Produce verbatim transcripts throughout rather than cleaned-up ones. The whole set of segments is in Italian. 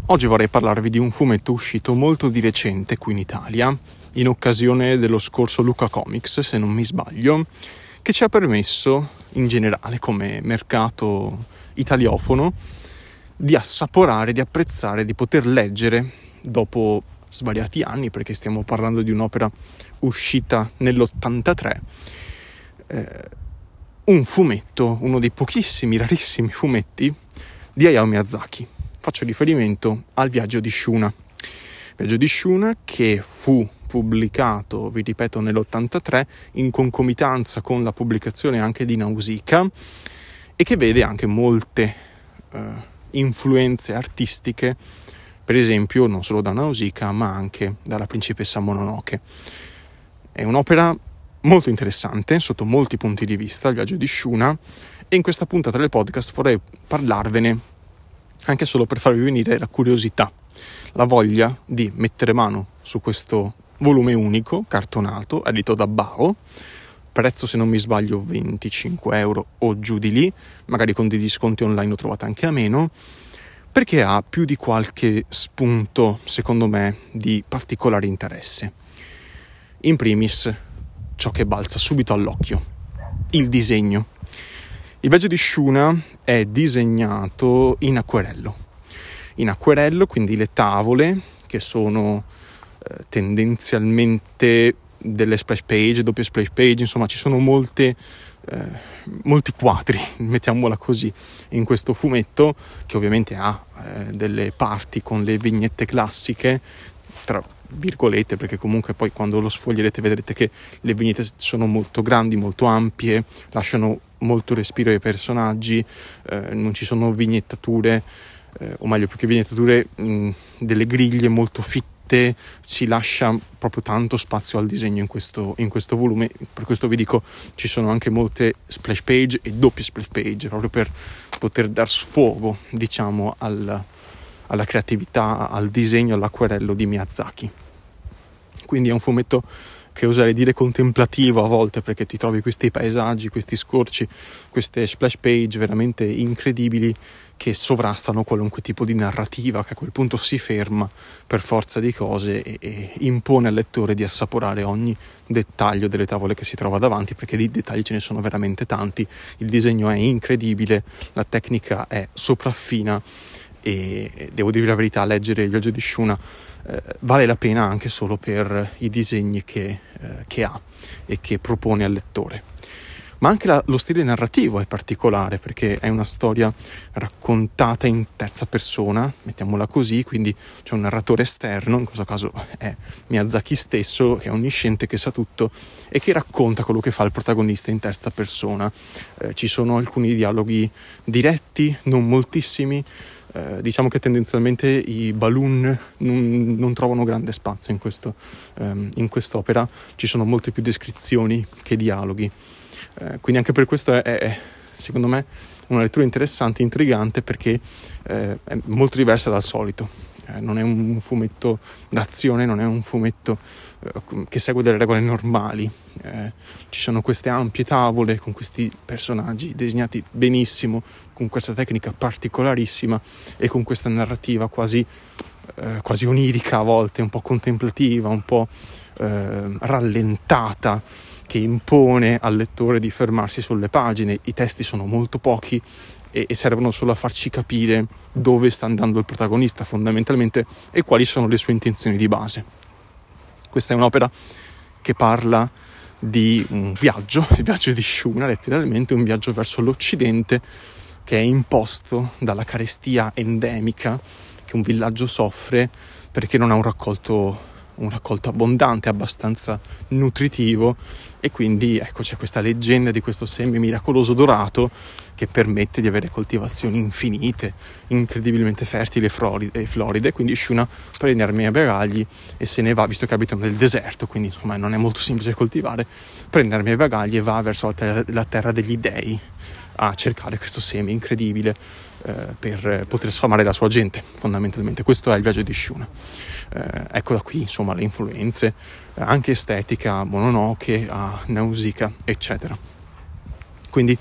Oggi vorrei parlarvi di un fumetto uscito molto di recente qui in Italia, in occasione dello scorso Lucca Comics, se non mi sbaglio, che ci ha permesso, in generale come mercato italiofono, di assaporare, di apprezzare, di poter leggere, dopo svariati anni, perché stiamo parlando di un'opera uscita nell'ottantatré, eh, un fumetto, uno dei pochissimi, rarissimi fumetti di Hayao Miyazaki. Faccio riferimento al Viaggio di Shuna. Viaggio di Shuna che fu pubblicato, vi ripeto, nell'ottantatré in concomitanza con la pubblicazione anche di Nausicaa e che vede anche molte eh, influenze artistiche, per esempio non solo da Nausicaa ma anche dalla Principessa Mononoke. È un'opera molto interessante sotto molti punti di vista, il Viaggio di Shuna, e in questa puntata del podcast vorrei parlarvene anche solo per farvi venire la curiosità, la voglia di mettere mano su questo volume unico, cartonato, edito da Bao, prezzo se non mi sbaglio venticinque euro o giù di lì, magari con dei disconti online lo trovate anche a meno, perché ha più di qualche spunto, secondo me, di particolare interesse. In primis, ciò che balza subito all'occhio, il disegno. Il Viaggio di Shuna è disegnato in acquerello. In acquerello, quindi le tavole, che sono eh, tendenzialmente delle splash page, doppie splash page, insomma ci sono molte, eh, molti quadri, mettiamola così, in questo fumetto, che ovviamente ha eh, delle parti con le vignette classiche, tra virgolette, perché comunque poi quando lo sfoglierete vedrete che le vignette sono molto grandi, molto ampie, lasciano molto respiro ai personaggi, eh, non ci sono vignettature, eh, o meglio più che vignettature, mh, delle griglie molto fitte, si lascia proprio tanto spazio al disegno in questo, in questo volume. Per questo vi dico, ci sono anche molte splash page e doppie splash page, proprio per poter dar sfogo, diciamo, al, alla creatività, al disegno, all'acquerello di Miyazaki. Quindi è un fumetto che oserei dire contemplativo a volte, perché ti trovi questi paesaggi, questi scorci, queste splash page veramente incredibili che sovrastano qualunque tipo di narrativa, che a quel punto si ferma per forza di cose e, e impone al lettore di assaporare ogni dettaglio delle tavole che si trova davanti, perché di dettagli ce ne sono veramente tanti. Il disegno è incredibile, la tecnica è sopraffina e devo dirvi la verità, leggere il Viaggio di Shuna eh, vale la pena anche solo per i disegni che, eh, che ha e che propone al lettore. Ma anche la, lo stile narrativo è particolare, perché è una storia raccontata in terza persona, mettiamola così, quindi c'è un narratore esterno, in questo caso è Miyazaki stesso, che è onnisciente, che sa tutto e che racconta quello che fa il protagonista in terza persona. Eh, ci sono alcuni dialoghi diretti, non moltissimi. Eh, diciamo che tendenzialmente i balloon non, non trovano grande spazio in questo, ehm, in quest'opera, ci sono molte più descrizioni che dialoghi, eh, quindi anche per questo è, è secondo me una lettura interessante, intrigante, perché eh, è molto diversa dal solito. Eh, non è un fumetto d'azione, non è un fumetto eh, che segue delle regole normali. Eh, ci sono queste ampie tavole con questi personaggi disegnati benissimo, con questa tecnica particolarissima e con questa narrativa quasi, eh, quasi onirica a volte, un po' contemplativa, un po' eh, rallentata, che impone al lettore di fermarsi sulle pagine. I testi sono molto pochi e servono solo a farci capire dove sta andando il protagonista fondamentalmente e quali sono le sue intenzioni di base. Questa è un'opera che parla di un viaggio, il Viaggio di Shuna, letteralmente un viaggio verso l'Occidente che è imposto dalla carestia endemica che un villaggio soffre perché non ha un raccolto un raccolto abbondante, abbastanza nutritivo, e quindi ecco c'è questa leggenda di questo seme miracoloso dorato che permette di avere coltivazioni infinite, incredibilmente fertili e floride. Quindi Shuna prende armi e bagagli e se ne va, visto che abitano nel deserto, quindi insomma non è molto semplice coltivare, prende armi e bagagli e va verso la terra, la terra degli dei a cercare questo seme incredibile eh, per poter sfamare la sua gente, fondamentalmente. Questo è il Viaggio di Shuna. Eh, ecco da qui insomma le influenze eh, anche estetica, Mononoke, a Nausicaa, eccetera. Quindi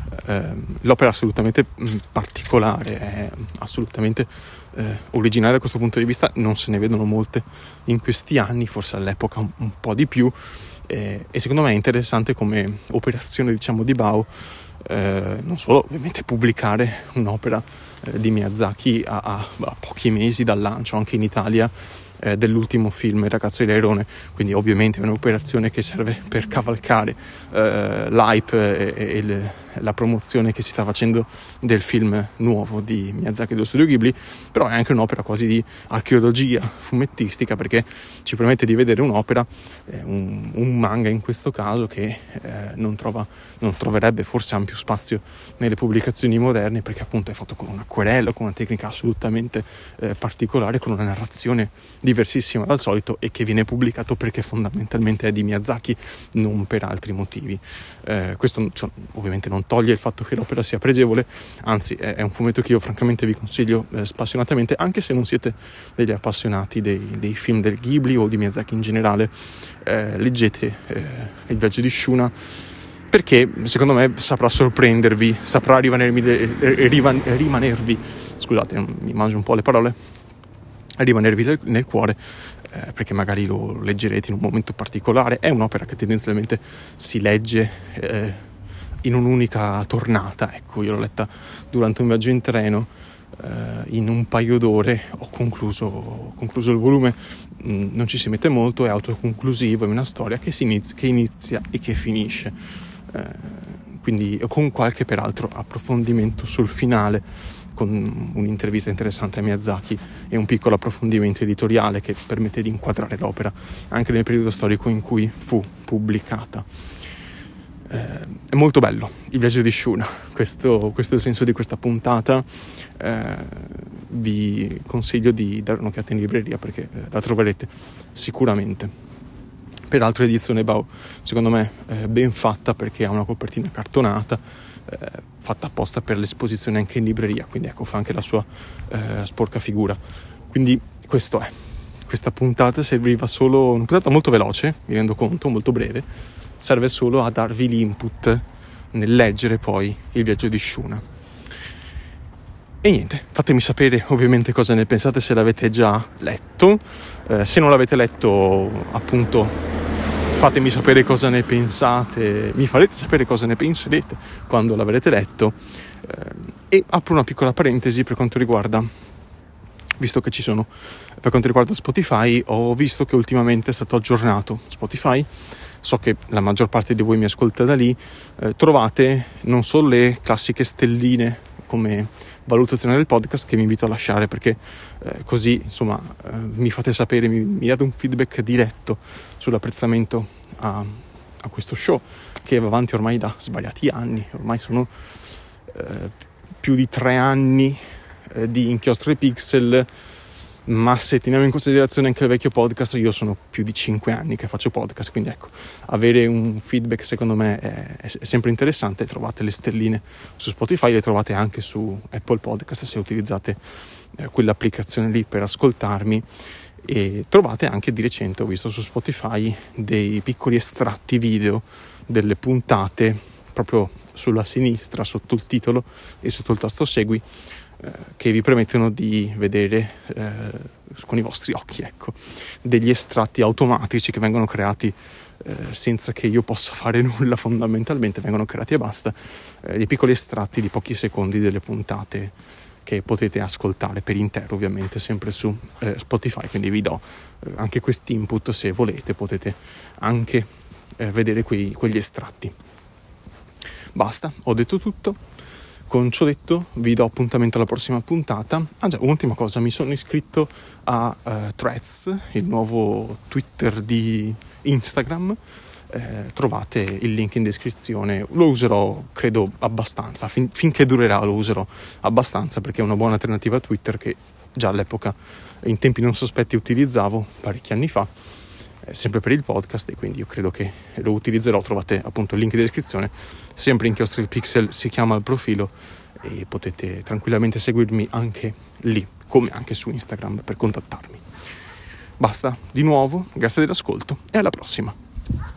Eh, l'opera è assolutamente particolare, è assolutamente eh, originale da questo punto di vista, non se ne vedono molte in questi anni, forse all'epoca un, un po' di più, eh, e secondo me è interessante come operazione, diciamo, di Bao, eh, non solo ovviamente pubblicare un'opera eh, di Miyazaki a, a, a pochi mesi dal lancio anche in Italia eh, dell'ultimo film Il ragazzo di Leirone, quindi ovviamente è un'operazione che serve per cavalcare eh, l'hype e, e il, la promozione che si sta facendo del film nuovo di Miyazaki dello studio Ghibli, però è anche un'opera quasi di archeologia fumettistica, perché ci permette di vedere un'opera, eh, un, un manga in questo caso, che eh, non, trova, non troverebbe forse ampio spazio nelle pubblicazioni moderne, perché appunto è fatto con un acquerello, con una tecnica assolutamente eh, particolare, con una narrazione diversissima dal solito, e che viene pubblicato perché fondamentalmente è di Miyazaki, non per altri motivi. Eh, questo cioè, ovviamente non toglie il fatto che l'opera sia pregevole, anzi è, è un fumetto che io francamente vi consiglio eh, spassionatamente, anche se non siete degli appassionati dei, dei film del Ghibli o di Miyazaki in generale. Eh, leggete eh, Il viaggio di Shuna, perché secondo me saprà sorprendervi, saprà rimanervi, riman, rimanervi scusate, mi mangio un po' le parole, rimanervi nel cuore, eh, perché magari lo leggerete in un momento particolare. È un'opera che tendenzialmente si legge eh, in un'unica tornata, ecco, io l'ho letta durante un viaggio in treno, eh, in un paio d'ore ho concluso, ho concluso il volume, mm, non ci si mette molto, è autoconclusivo, è una storia che, si inizia, che inizia e che finisce, eh, quindi con qualche peraltro approfondimento sul finale, con un'intervista interessante a Miyazaki e un piccolo approfondimento editoriale che permette di inquadrare l'opera anche nel periodo storico in cui fu pubblicata. Eh, è molto bello Il viaggio di Shuna, questo, questo è il senso di questa puntata. Eh, vi consiglio di dare un'occhiata in libreria, perché eh, la troverete sicuramente. Peraltro edizione Bao, secondo me eh, ben fatta, perché ha una copertina cartonata, Eh, fatta apposta per l'esposizione anche in libreria, quindi ecco, fa anche la sua eh, sporca figura. Quindi questo è, questa puntata serviva solo, una puntata molto veloce, mi rendo conto, molto breve, serve solo a darvi l'input nel leggere poi Il viaggio di Shuna. E niente, fatemi sapere ovviamente cosa ne pensate, se l'avete già letto, eh, se non l'avete letto appunto fatemi sapere cosa ne pensate, mi farete sapere cosa ne penserete quando l'avrete letto. Eh, e apro una piccola parentesi per quanto riguarda, visto che ci sono, per quanto riguarda Spotify, ho visto che ultimamente è stato aggiornato Spotify, so che la maggior parte di voi mi ascolta da lì, eh, trovate non solo le classiche stelline come valutazione del podcast, che vi invito a lasciare, perché eh, così insomma eh, mi fate sapere, mi, mi date un feedback diretto sull'apprezzamento a, a questo show, che va avanti ormai da svariati anni, ormai sono eh, più di tre anni eh, di Inchiostro e Pixel, ma se teniamo in considerazione anche il vecchio podcast, io sono più di cinque anni che faccio podcast, quindi ecco, avere un feedback secondo me è, è sempre interessante. Trovate le stelline su Spotify, le trovate anche su Apple Podcast se utilizzate eh, quell'applicazione lì per ascoltarmi, e trovate anche di recente, ho visto su Spotify, dei piccoli estratti video delle puntate proprio sulla sinistra sotto il titolo e sotto il tasto segui, che vi permettono di vedere eh, con i vostri occhi, ecco, degli estratti automatici che vengono creati eh, senza che io possa fare nulla, fondamentalmente vengono creati e basta, eh, dei piccoli estratti di pochi secondi delle puntate che potete ascoltare per intero, ovviamente sempre su eh, Spotify, quindi vi do eh, anche questi input, se volete potete anche eh, vedere quei, quegli estratti. Basta, ho detto tutto. Con ciò detto vi do appuntamento alla prossima puntata. Ah già, un'ultima cosa, mi sono iscritto a uh, Threads, il nuovo Twitter di Instagram, eh, trovate il link in descrizione. Lo userò credo abbastanza, fin- finché durerà lo userò abbastanza, perché è una buona alternativa a Twitter che già all'epoca in tempi non sospetti utilizzavo parecchi anni fa, sempre per il podcast, e quindi io credo che lo utilizzerò. Trovate appunto il link in descrizione, sempre Inchiostro e Pixel si chiama il profilo, e potete tranquillamente seguirmi anche lì, come anche su Instagram, per contattarmi. Basta, di nuovo, grazie dell'ascolto e alla prossima.